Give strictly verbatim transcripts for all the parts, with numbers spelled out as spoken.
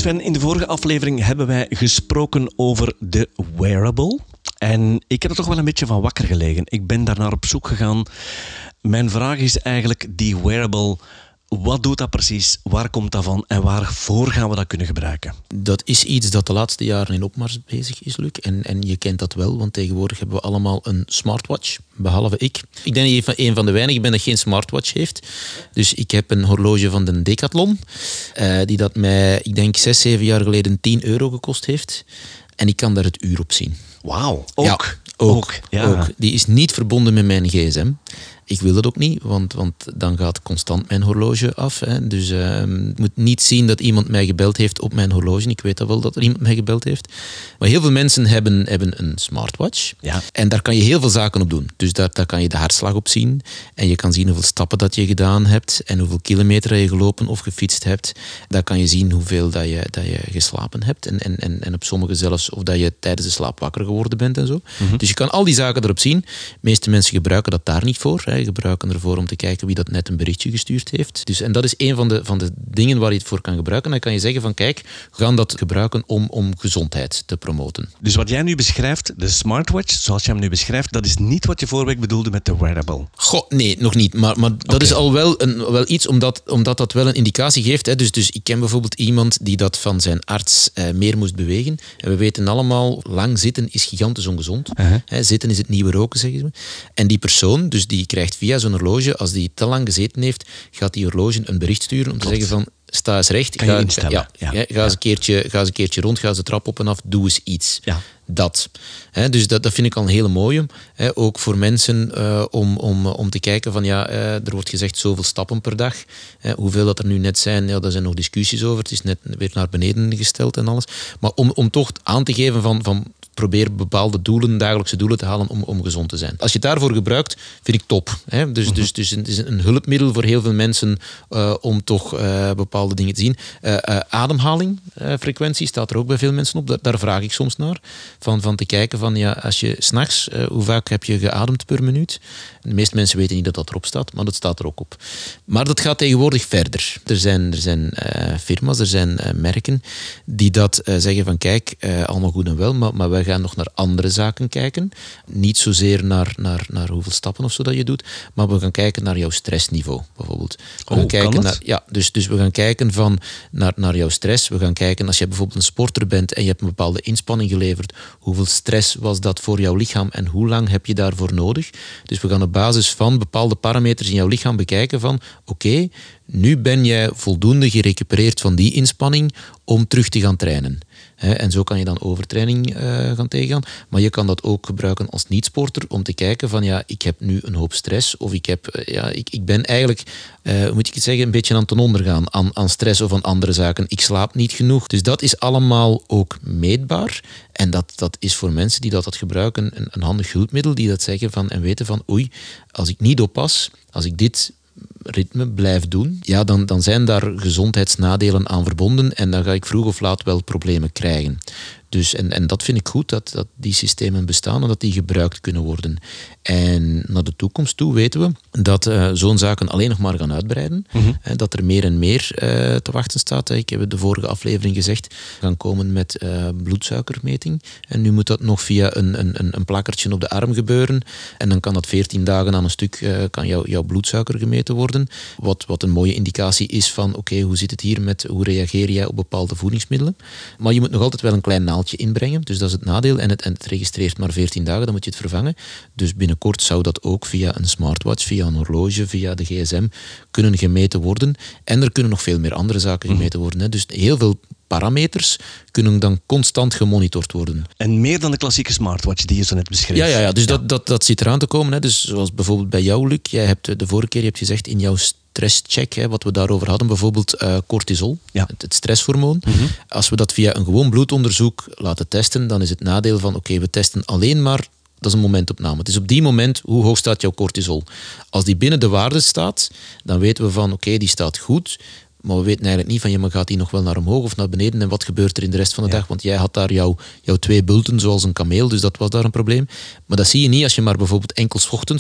Sven, in de vorige aflevering hebben wij gesproken over de wearable. En ik heb er toch wel een beetje van wakker gelegen. Ik ben daar naar op zoek gegaan. Mijn vraag is eigenlijk, die wearable, wat doet dat precies? Waar komt dat van? En waarvoor gaan we dat kunnen gebruiken? Dat is iets dat de laatste jaren in opmars bezig is, Luc. En, en je kent dat wel, want tegenwoordig hebben we allemaal een smartwatch, behalve ik. Ik denk dat ik een van de weinigen ben dat geen smartwatch heeft. Dus ik heb een horloge van de Decathlon, uh, die dat mij, ik denk, zes, zeven jaar geleden tien euro gekost heeft. En ik kan daar het uur op zien. Wauw, ook? Ja, ook. ook, ja. ook. Die is niet verbonden met mijn gsm. Ik wil dat ook niet, want, want dan gaat constant mijn horloge af. Hè. Dus uh, ik moet niet zien dat iemand mij gebeld heeft op mijn horloge. Ik weet dat wel dat er iemand mij gebeld heeft. Maar heel veel mensen hebben, hebben een smartwatch. Ja. En daar kan je heel veel zaken op doen. Dus daar, daar kan je de hartslag op zien. En je kan zien hoeveel stappen dat je gedaan hebt. En hoeveel kilometer je gelopen of gefietst hebt. Daar kan je zien hoeveel dat je, dat je geslapen hebt. En, en, en, en op sommige zelfs of dat je tijdens de slaap wakker geworden bent en zo. Mm-hmm. Dus je kan al die zaken erop zien. De meeste mensen gebruiken dat daar niet voor. Hè. Gebruiken ervoor om te kijken wie dat net een berichtje gestuurd heeft. Dus, en dat is een van de, van de dingen waar je het voor kan gebruiken. Dan kan je zeggen van kijk, we gaan dat gebruiken om, om gezondheid te promoten. Dus wat jij nu beschrijft, de smartwatch, zoals je hem nu beschrijft, dat is niet wat je vorige week bedoelde met de wearable? Goh, nee, nog niet. Maar, maar dat okay. is al wel, een, wel iets, omdat, omdat dat wel een indicatie geeft. Hè. Dus, dus ik ken bijvoorbeeld iemand die dat van zijn arts eh, meer moest bewegen. En we weten allemaal, lang zitten is gigantisch ongezond. Uh-huh. Hè, zitten is het nieuwe roken, zeggen ze. En die persoon, dus die krijgt via zo'n horloge, als die te lang gezeten heeft, gaat die horloge een bericht sturen om Klopt. te zeggen van, sta eens recht. Kan je instellen. Ja, ja, ga, ja. Eens een keertje, ga eens een keertje rond, ga eens de trap op en af, doe eens iets. Ja. Dat. He, dus dat, dat vind ik al een hele mooie. He, ook voor mensen uh, om, om, om te kijken van ja, uh, er wordt gezegd zoveel stappen per dag. He, hoeveel dat er nu net zijn, ja, daar zijn nog discussies over. Het is net weer naar beneden gesteld en alles. Maar om, om toch aan te geven van, van probeer bepaalde doelen, dagelijkse doelen te halen om, om gezond te zijn. Als je het daarvoor gebruikt, vind ik top. Hè? Dus, mm-hmm. dus, dus het is een hulpmiddel voor heel veel mensen uh, om toch uh, bepaalde dingen te zien. Uh, uh, ademhaling, uh, frequentie staat er ook bij veel mensen op. Daar, daar vraag ik soms naar. Van, van te kijken van, ja, als je 's nachts, uh, hoe vaak heb je geademd per minuut? De meeste mensen weten niet dat dat erop staat, maar dat staat er ook op. Maar dat gaat tegenwoordig verder. Er zijn, er zijn uh, firma's, er zijn uh, merken die dat uh, zeggen van kijk, uh, allemaal goed en wel, maar, maar wij gaan nog naar andere zaken kijken. Niet zozeer naar, naar, naar hoeveel stappen of zo dat je doet, maar we gaan kijken naar jouw stressniveau, bijvoorbeeld. We oh, gaan kijken kan naar, ja, dus, dus we gaan kijken van, naar, naar jouw stress. We gaan kijken, als je bijvoorbeeld een sporter bent en je hebt een bepaalde inspanning geleverd, hoeveel stress was dat voor jouw lichaam en hoe lang heb je daarvoor nodig? Dus we gaan op basis van bepaalde parameters in jouw lichaam bekijken van, oké, okay, nu ben jij voldoende gerecupereerd van die inspanning om terug te gaan trainen. He, en zo kan je dan overtraining uh, gaan tegengaan. Maar je kan dat ook gebruiken als niet-sporter om te kijken van ja, ik heb nu een hoop stress of ik, heb, uh, ja, ik, ik ben eigenlijk, uh, hoe moet ik het zeggen, een beetje aan ten onder gaan aan, aan stress of aan andere zaken. Ik slaap niet genoeg. Dus dat is allemaal ook meetbaar. En dat, dat is voor mensen die dat, dat gebruiken een, een handig hulpmiddel die dat zeggen van, en weten van oei, als ik niet oppas, als ik dit ritme blijf doen, ja, dan, dan zijn daar gezondheidsnadelen aan verbonden en dan ga ik vroeg of laat wel problemen krijgen. Dus, en, en dat vind ik goed, dat, dat die systemen bestaan en dat die gebruikt kunnen worden. En naar de toekomst toe weten we dat uh, zo'n zaken alleen nog maar gaan uitbreiden. Mm-hmm. Uh, dat er meer en meer uh, te wachten staat. Ik heb de vorige aflevering gezegd, gaan komen met uh, bloedsuikermeting. En nu moet dat nog via een, een, een plakkertje op de arm gebeuren. En dan kan dat veertien dagen aan een stuk, uh, kan jou, jouw bloedsuiker gemeten worden. Wat, wat een mooie indicatie is van, oké, okay, hoe zit het hier met, hoe reageer jij op bepaalde voedingsmiddelen? Maar je moet nog altijd wel een klein naaldje inbrengen, dus dat is het nadeel. En het, en het registreert maar veertien dagen, dan moet je het vervangen. Dus binnenkort zou dat ook via een smartwatch, via een horloge, via de gsm kunnen gemeten worden. En er kunnen nog veel meer andere zaken gemeten worden. Hè. Dus heel veel parameters kunnen dan constant gemonitord worden. En meer dan de klassieke smartwatch die je zo net beschreef. Ja, ja, ja. dus ja. Dat, dat, dat zit eraan te komen. Hè. Dus zoals bijvoorbeeld bij jou, Luc. Jij hebt de vorige keer je hebt gezegd in jouw stresscheck, hè, wat we daarover hadden, bijvoorbeeld uh, cortisol, ja. het, het stresshormoon. Mm-hmm. Als we dat via een gewoon bloedonderzoek laten testen, dan is het nadeel van, oké, okay, we testen alleen maar, dat is een momentopname. Het is op die moment, hoe hoog staat jouw cortisol? Als die binnen de waarde staat, dan weten we van, oké, okay, die staat goed, maar we weten eigenlijk niet van, ja, maar gaat die nog wel naar omhoog of naar beneden en wat gebeurt er in de rest van de ja. dag? Want jij had daar jouw, jouw twee bulten zoals een kameel, dus dat was daar een probleem. Maar dat zie je niet als je maar bijvoorbeeld enkel 's ochtends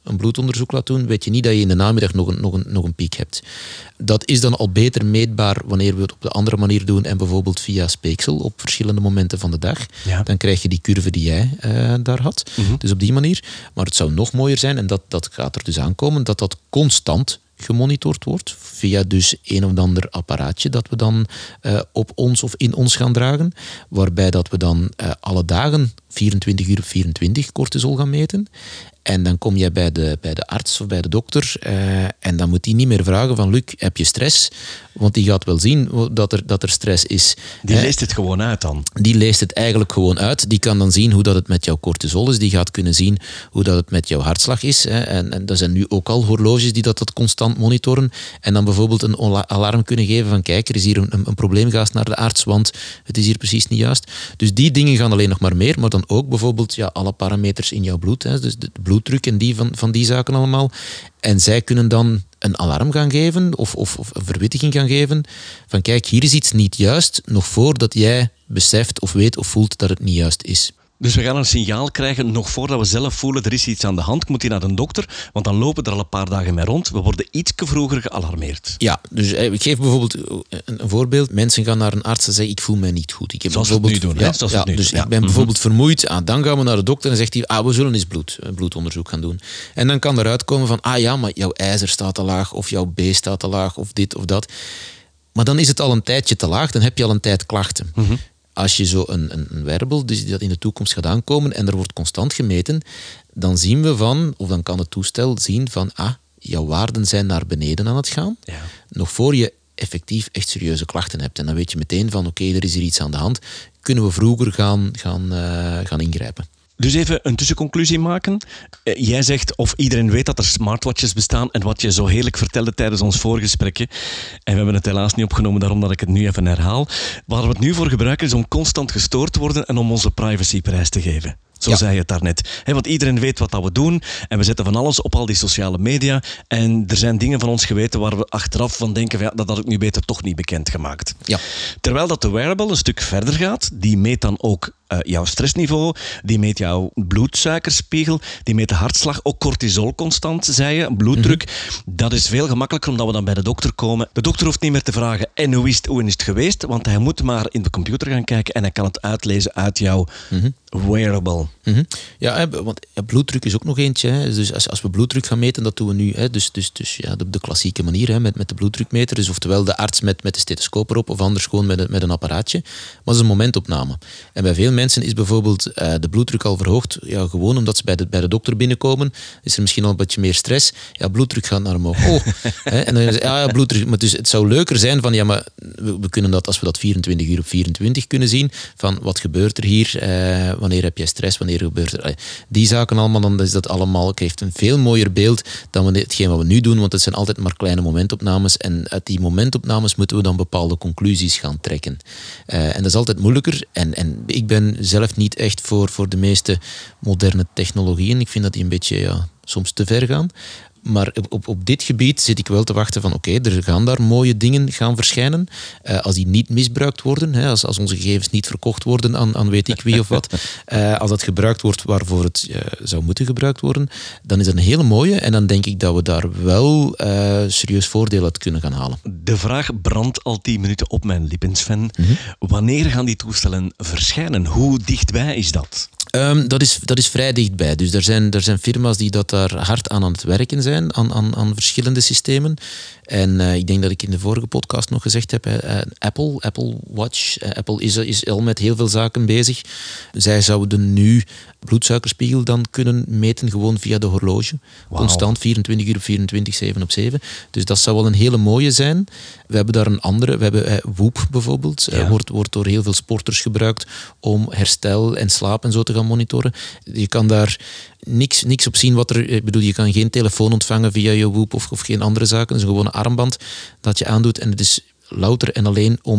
een bloedonderzoek laat doen, weet je niet dat je in de namiddag nog een, nog een, nog een piek hebt. Dat is dan al beter meetbaar wanneer we het op de andere manier doen en bijvoorbeeld via speeksel op verschillende momenten van de dag. Ja. Dan krijg je die curve die jij uh, daar had. Mm-hmm. Dus op die manier. Maar het zou nog mooier zijn, en dat, dat gaat er dus aankomen, dat dat constant gemonitord wordt via dus een of ander apparaatje dat we dan uh, op ons of in ons gaan dragen, waarbij dat we dan uh, alle dagen vierentwintig uur op vierentwintig cortisol gaan meten. En dan kom jij bij de, bij de arts of bij de dokter uh, en dan moet die niet meer vragen van Luc, heb je stress? Want die gaat wel zien dat er, dat er stress is. Die leest het gewoon uit dan? Die leest het eigenlijk gewoon uit. Die kan dan zien hoe dat het met jouw cortisol is. Die gaat kunnen zien hoe dat het met jouw hartslag is. Hè. En, en er zijn nu ook al horloges die dat, dat constant monitoren. En dan bijvoorbeeld een alarm kunnen geven van kijk, er is hier een, een probleem, ga eens naar de arts, want het is hier precies niet juist. Dus die dingen gaan alleen nog maar meer, maar dan ook bijvoorbeeld ja, alle parameters in jouw bloed. Hè. Dus de bloeddruk en die van, van die zaken allemaal. En zij kunnen dan een alarm gaan geven of, of, of een verwittiging gaan geven van kijk, hier is iets niet juist, nog voordat jij beseft of weet of voelt dat het niet juist is. Dus we gaan een signaal krijgen nog voordat we zelf voelen er is iets aan de hand. Ik moet hier naar de dokter, want dan lopen er al een paar dagen mee rond. We worden iets vroeger gealarmeerd. Ja, dus ik geef bijvoorbeeld een, een voorbeeld. Mensen gaan naar een arts en zeggen ik voel mij niet goed. Ik heb Zoals we het nu doen. Ja, Zoals ja, het nu dus doen. ik ben ja. bijvoorbeeld mm-hmm. vermoeid. Ah, dan gaan we naar de dokter en zegt hij ah, we zullen eens bloed, bloedonderzoek gaan doen. En dan kan eruit komen van ah ja, maar jouw ijzer staat te laag of jouw B staat te laag of dit of dat. Maar dan is het al een tijdje te laag, dan heb je al een tijd klachten. Mm-hmm. Als je zo een, een, een wearable, dus dat in de toekomst gaat aankomen en er wordt constant gemeten, dan zien we van, of dan kan het toestel zien van, ah, jouw waarden zijn naar beneden aan het gaan, ja. nog voor je effectief echt serieuze klachten hebt. En dan weet je meteen van, oké, okay, er is hier iets aan de hand, kunnen we vroeger gaan, gaan, uh, gaan ingrijpen. Dus even een tussenconclusie maken. Jij zegt, of iedereen weet dat er smartwatches bestaan en wat je zo heerlijk vertelde tijdens ons voorgesprekje. En we hebben het helaas niet opgenomen, daarom dat ik het nu even herhaal. Waar we het nu voor gebruiken is om constant gestoord te worden en om onze privacy prijs te geven. Zo ja. zei je het daarnet. He, want iedereen weet wat dat we doen en we zetten van alles op al die sociale media en er zijn dingen van ons geweten waar we achteraf van denken van, ja, dat had ik nu beter toch niet bekendgemaakt. Ja. Terwijl dat de wearable een stuk verder gaat, die meet dan ook uh, jouw stressniveau, die meet jouw bloedsuikerspiegel, die meet de hartslag, ook cortisol constant, zei je, bloeddruk. Mm-hmm. Dat is veel gemakkelijker omdat we dan bij de dokter komen. De dokter hoeft niet meer te vragen en hoe is het, hoe is het geweest, want hij moet maar in de computer gaan kijken en hij kan het uitlezen uit jouw mm-hmm. wearable. Mm-hmm. Ja, want bloeddruk is ook nog eentje. Hè. Dus als, als we bloeddruk gaan meten, dat doen we nu. Hè. Dus, dus, dus ja, de, de klassieke manier hè, met, met de bloeddrukmeter. Dus oftewel de arts met, met de stethoscoop erop of anders gewoon met, met een apparaatje. Maar dat is een momentopname. En bij veel mensen is bijvoorbeeld uh, de bloeddruk al verhoogd. Ja, gewoon omdat ze bij de, bij de dokter binnenkomen. Is er misschien al een beetje meer stress. Ja, bloeddruk gaat naar omhoog. Oh. hè. En dan ja, ja, bloeddruk. Maar dus het zou leuker zijn van ja, maar we, we kunnen dat als we dat vierentwintig uur op vierentwintig kunnen zien. Van wat gebeurt er hier? Uh, wanneer heb jij stress? Wanneer gebeurt er? Die zaken allemaal, dan is dat allemaal, het heeft een veel mooier beeld dan we, hetgeen wat we nu doen, want het zijn altijd maar kleine momentopnames en uit die momentopnames moeten we dan bepaalde conclusies gaan trekken. Uh, en dat is altijd moeilijker en, en ik ben zelf niet echt voor, voor de meeste moderne technologieën. Ik vind dat die een beetje ja, soms te ver gaan. Maar op, op dit gebied zit ik wel te wachten van oké, okay, er gaan daar mooie dingen gaan verschijnen. Uh, als die niet misbruikt worden, hè, als, als onze gegevens niet verkocht worden aan, aan weet ik wie of wat. Uh, als dat gebruikt wordt waarvoor het uh, zou moeten gebruikt worden, dan is dat een hele mooie. En dan denk ik dat we daar wel uh, serieus voordeel uit kunnen gaan halen. De vraag brandt al tien minuten op mijn lippen, Sven. Mm-hmm. Wanneer gaan die toestellen verschijnen? Hoe dichtbij is dat? Um, dat, is, dat is vrij dichtbij. Dus er zijn, er zijn firma's die dat daar hard aan aan het werken zijn, aan, aan, aan verschillende systemen. En uh, ik denk dat ik in de vorige podcast nog gezegd heb, uh, Apple, Apple Watch, uh, Apple is, is al met heel veel zaken bezig. Zij zouden nu bloedsuikerspiegel dan kunnen meten, gewoon via de horloge. Wow. Constant, vierentwintig uur op vierentwintig, zeven op zeven. Dus dat zou wel een hele mooie zijn. We hebben daar een andere, we hebben uh, Whoop bijvoorbeeld. Ja. Uh, wordt, wordt door heel veel sporters gebruikt om herstel en slaap en zo te gaan monitoren. Je kan daar niks, niks op zien wat er... Ik bedoel, je kan geen telefoon ontvangen via je Whoop of, of geen andere zaken. Het is een gewone armband dat je aandoet en het is louter en alleen om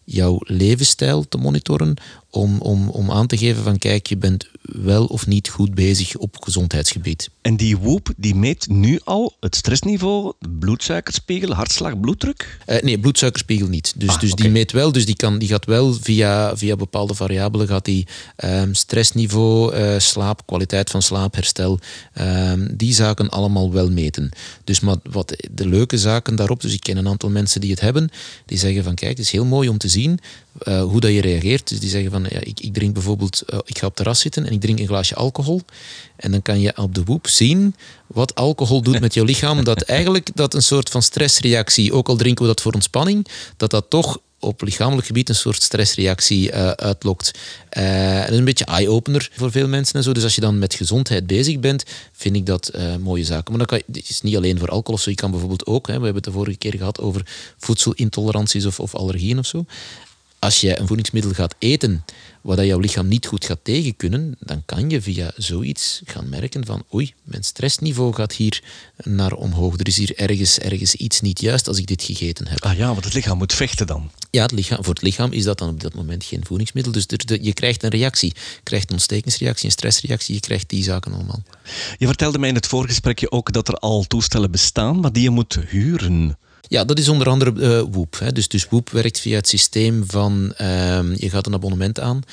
jouw levensstijl te monitoren, om, om, om aan te geven van kijk, je bent wel of niet goed bezig op gezondheidsgebied. En die Whoop, die meet nu al het stressniveau, de bloedsuikerspiegel, hartslag, bloeddruk? Uh, nee, bloedsuikerspiegel niet. Dus, Ah, dus okay. die meet wel, dus die, kan, die gaat wel via, via bepaalde variabelen, gaat die um, stressniveau, uh, slaap, kwaliteit van slaap, herstel, um, die zaken allemaal wel meten. Dus maar wat de leuke zaken daarop, dus ik ken een aantal mensen die het hebben, die zeggen van kijk, het is heel mooi om te zien uh, hoe dat je reageert. Dus die zeggen van, ja, ik, ik drink bijvoorbeeld, uh, ik ga op het terras zitten en ik drink een glaasje alcohol. En dan kan je op de Whoop zien wat alcohol doet met je lichaam. Dat eigenlijk dat een soort van stressreactie, ook al drinken we dat voor ontspanning, dat dat toch op lichamelijk gebied een soort stressreactie uh, uitlokt. Uh, dat is een beetje eye-opener voor veel mensen en zo. Dus als je dan met gezondheid bezig bent, vind ik dat uh, mooie zaken. Maar dat kan, dit is niet alleen voor alcohol of zo. Je kan bijvoorbeeld ook, hè, we hebben het de vorige keer gehad over voedselintoleranties of, of allergieën of zo. Als je een voedingsmiddel gaat eten waar dat jouw lichaam niet goed gaat tegenkunnen, dan kan je via zoiets gaan merken van oei, mijn stressniveau gaat hier naar omhoog. Er is hier ergens, ergens iets niet juist als ik dit gegeten heb. Ah ja, want het lichaam moet vechten dan. Ja, het lichaam, voor het lichaam is dat dan op dat moment geen voedingsmiddel. Dus er, de, je krijgt een reactie. Je krijgt een ontstekingsreactie, een stressreactie. Je krijgt die zaken allemaal. Je vertelde mij in het voorgesprekje ook dat er al toestellen bestaan, maar die je moet huren. Ja, dat is onder andere uh, Whoop. Hè. Dus, dus Whoop werkt via het systeem van um, je gaat een abonnement aan,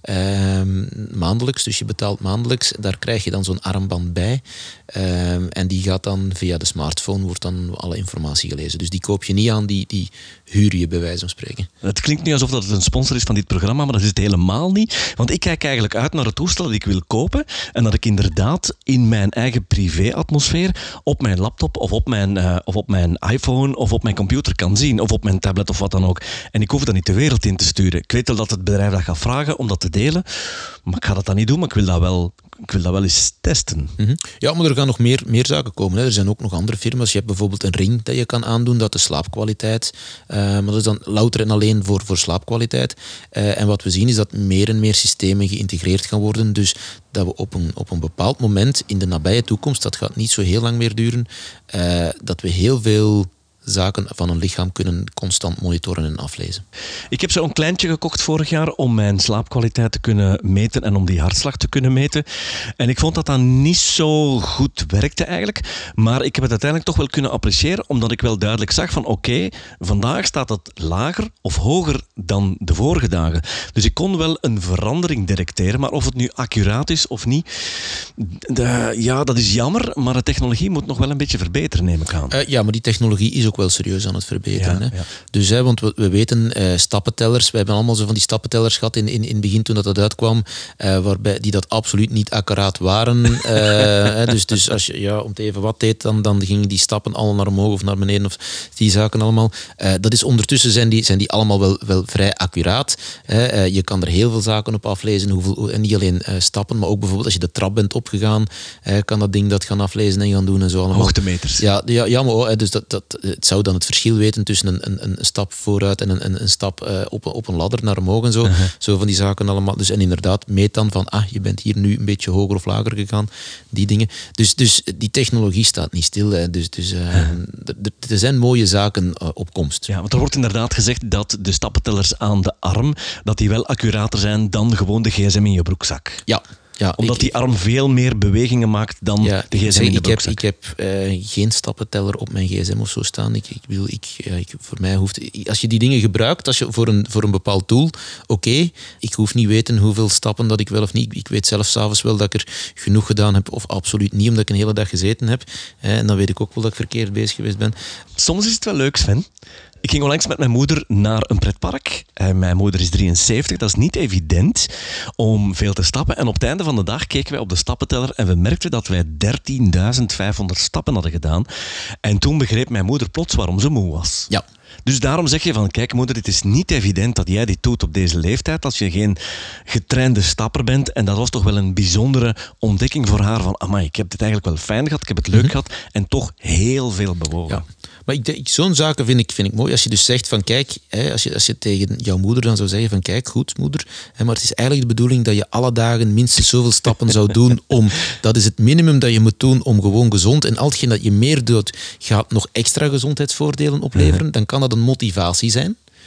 um, maandelijks, dus je betaalt maandelijks. Daar krijg je dan zo'n armband bij. Um, en die gaat dan via de smartphone, wordt dan alle informatie gelezen. Dus die koop je niet aan, die, die huur je bij wijze van spreken. Het klinkt nu alsof dat het een sponsor is van dit programma, maar dat is het helemaal niet. Want ik kijk eigenlijk uit naar het toestel dat ik wil kopen en dat ik inderdaad in mijn eigen privé-atmosfeer op mijn laptop of op mijn, uh, of op mijn iPhone of op mijn computer kan zien of op mijn tablet of wat dan ook. En ik hoef dat niet de wereld in te sturen. Ik weet wel dat het bedrijf dat gaat vragen om dat te delen, maar ik ga dat dan niet doen, maar ik wil dat wel, ik wil dat wel eens testen. Mm-hmm. Ja, maar er gaan nog meer, meer zaken komen. Hè. Er zijn ook nog andere firma's. Je hebt bijvoorbeeld een ring dat je kan aandoen, dat de slaapkwaliteit, uh, maar dat is dan louter en alleen voor, voor slaapkwaliteit. Uh, en wat we zien is dat meer en meer systemen geïntegreerd gaan worden, dus dat we op een, op een bepaald moment in de nabije toekomst, dat gaat niet zo heel lang meer duren, uh, dat we heel veel zaken van een lichaam kunnen constant monitoren en aflezen. Ik heb zo'n kleintje gekocht vorig jaar om mijn slaapkwaliteit te kunnen meten en om die hartslag te kunnen meten. En ik vond dat dat niet zo goed werkte eigenlijk. Maar ik heb het uiteindelijk toch wel kunnen appreciëren, omdat ik wel duidelijk zag van oké, okay, vandaag staat het lager of hoger dan de vorige dagen. Dus ik kon wel een verandering detecteren, maar of het nu accuraat is of niet, de, ja, dat is jammer, maar de technologie moet nog wel een beetje verbeteren, neem ik aan. Uh, ja, maar die technologie is ook wel serieus aan het verbeteren. Ja, hè? ja. Dus, hè, want we, we weten, uh, stappentellers, we hebben allemaal zo van die stappentellers gehad in, in, in het begin toen dat, dat uitkwam, uh, waarbij die dat absoluut niet accuraat waren. Uh, hè, dus, dus als je ja, om het even wat deed, dan, dan gingen die stappen allemaal naar omhoog of naar beneden of die zaken allemaal. Uh, dat is ondertussen zijn die, zijn die allemaal wel, wel vrij accuraat. Hè? Uh, je kan er heel veel zaken op aflezen, hoeveel, en niet alleen uh, stappen, maar ook bijvoorbeeld als je de trap bent opgegaan, uh, kan dat ding dat gaan aflezen en gaan doen en zo allemaal. Hoogtemeters. Ja, ja, ja maar oh, dus dat, dat, het zou dan het verschil weten tussen een, een, een stap vooruit en een, een stap uh, op, op een ladder naar omhoog en zo. Uh-huh. Zo van die zaken allemaal. Dus, en inderdaad, meet dan van, ah, je bent hier nu een beetje hoger of lager gegaan. Die dingen. Dus, dus die technologie staat niet stil. Hè. Dus, dus uh, uh-huh. d- er zijn mooie zaken uh, op komst. Ja, want er wordt inderdaad gezegd dat de stappentellers aan de arm, dat die wel accurater zijn dan gewoon de gsm in je broekzak. Ja. Ja, Omdat ik, die arm veel meer bewegingen maakt dan ja, de gsm zeg, in de ik broekzak. heb, ik heb uh, geen stappenteller op mijn gsm of zo staan. Ik, ik bedoel, ik, ja, ik, voor mij hoeft... Als je die dingen gebruikt, als je voor, een, voor een bepaald doel, oké. Okay, ik hoef niet weten hoeveel stappen dat ik wel of niet... Ik weet zelf s'avonds wel dat ik er genoeg gedaan heb, of absoluut niet, omdat ik een hele dag gezeten heb. Hè, en dan weet ik ook wel dat ik verkeerd bezig geweest ben. Soms is het wel leuk, Sven. Ik ging onlangs met mijn moeder naar een pretpark. En mijn moeder is drieënzeventig. Dat is niet evident om veel te stappen. En op het einde van de dag keken wij op de stappenteller en we merkten dat wij dertienduizend vijfhonderd stappen hadden gedaan. En toen begreep mijn moeder plots waarom ze moe was. Ja. Dus daarom zeg je van, kijk moeder, het is niet evident dat jij dit doet op deze leeftijd als je geen getrainde stapper bent. En dat was toch wel een bijzondere ontdekking voor haar van, amai, ik heb dit eigenlijk wel fijn gehad, ik heb het leuk mm-hmm. gehad en toch heel veel bewogen. Ja. Maar ik denk, zo'n zaken vind ik, vind ik mooi. Als je dus zegt van kijk, hè, als, je, als je tegen jouw moeder dan zou zeggen van kijk, goed moeder, hè, maar het is eigenlijk de bedoeling dat je alle dagen minstens zoveel stappen zou doen om, dat is het minimum dat je moet doen om gewoon gezond, en al hetgeen dat je meer doet, gaat nog extra gezondheidsvoordelen opleveren, dan kan dat een motivatie zijn.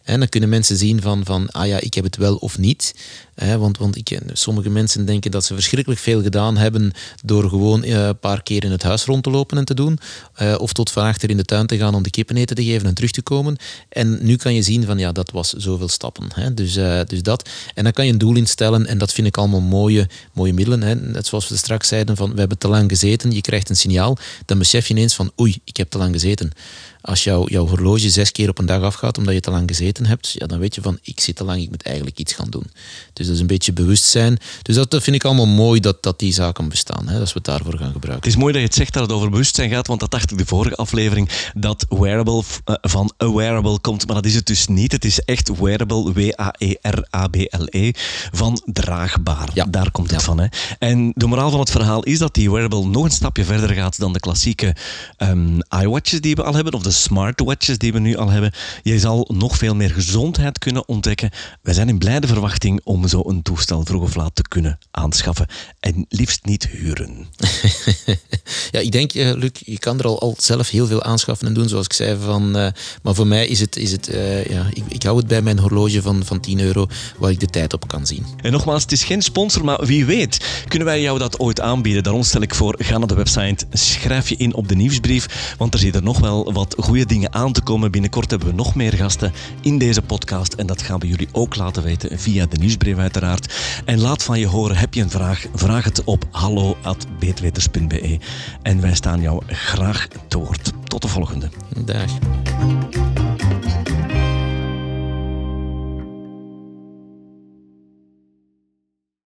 En dan kunnen mensen zien van, van ah ja, ik heb het wel of niet. Hè, want want ik, sommige mensen denken dat ze verschrikkelijk veel gedaan hebben door gewoon uh, een paar keer in het huis rond te lopen en te doen. Uh, of tot van achter in de tuin te gaan om de kippen eten te geven en terug te komen. En nu kan je zien van ja, dat was zoveel stappen. Hè. Dus, uh, dus dat. En dan kan je een doel instellen en dat vind ik allemaal mooie, mooie middelen. Hè. Net zoals we straks zeiden, van we hebben te lang gezeten, je krijgt een signaal, dan besef je ineens van oei, ik heb te lang gezeten. Als jou, jouw horloge zes keer op een dag afgaat omdat je te lang gezeten hebt, ja, dan weet je van, ik zit te lang, ik moet eigenlijk iets gaan doen. Dus dat is een beetje bewustzijn. Dus dat, dat vind ik allemaal mooi dat, dat die zaken bestaan, hè, dat we het daarvoor gaan gebruiken. Het is mooi dat je het zegt dat het over bewustzijn gaat, want dat dacht ik de vorige aflevering, dat wearable uh, van a wearable komt, maar dat is het dus niet. Het is echt wearable, W A E R A B L E, van draagbaar. Ja. Daar komt het ja. van. Hè. En de moraal van het verhaal is dat die wearable nog een stapje verder gaat dan de klassieke um, iWatches die we al hebben, of de smartwatches die we nu al hebben. Je zal nog veel meer gezondheid kunnen ontdekken. Wij zijn in blijde verwachting om zo een toestel vroeg of laat te kunnen aanschaffen. En liefst niet huren. Ja, ik denk, uh, Luc, je kan er al, al zelf heel veel aanschaffen en doen, zoals ik zei. Van, uh, maar voor mij is het... Is het uh, ja, ik, ik hou het bij mijn horloge van, van tien euro, waar ik de tijd op kan zien. En nogmaals, het is geen sponsor, maar wie weet, kunnen wij jou dat ooit aanbieden? Daarom stel ik voor, ga naar de website, schrijf je in op de nieuwsbrief, want er zit er nog wel wat goede dingen aan te komen. Binnenkort hebben we nog meer gasten in deze podcast en dat gaan we jullie ook laten weten via de nieuwsbrief uiteraard. En laat van je horen, heb je een vraag? Vraag het op hallo at beetweters punt be en wij staan jou graag te woord. Tot de volgende. Dag.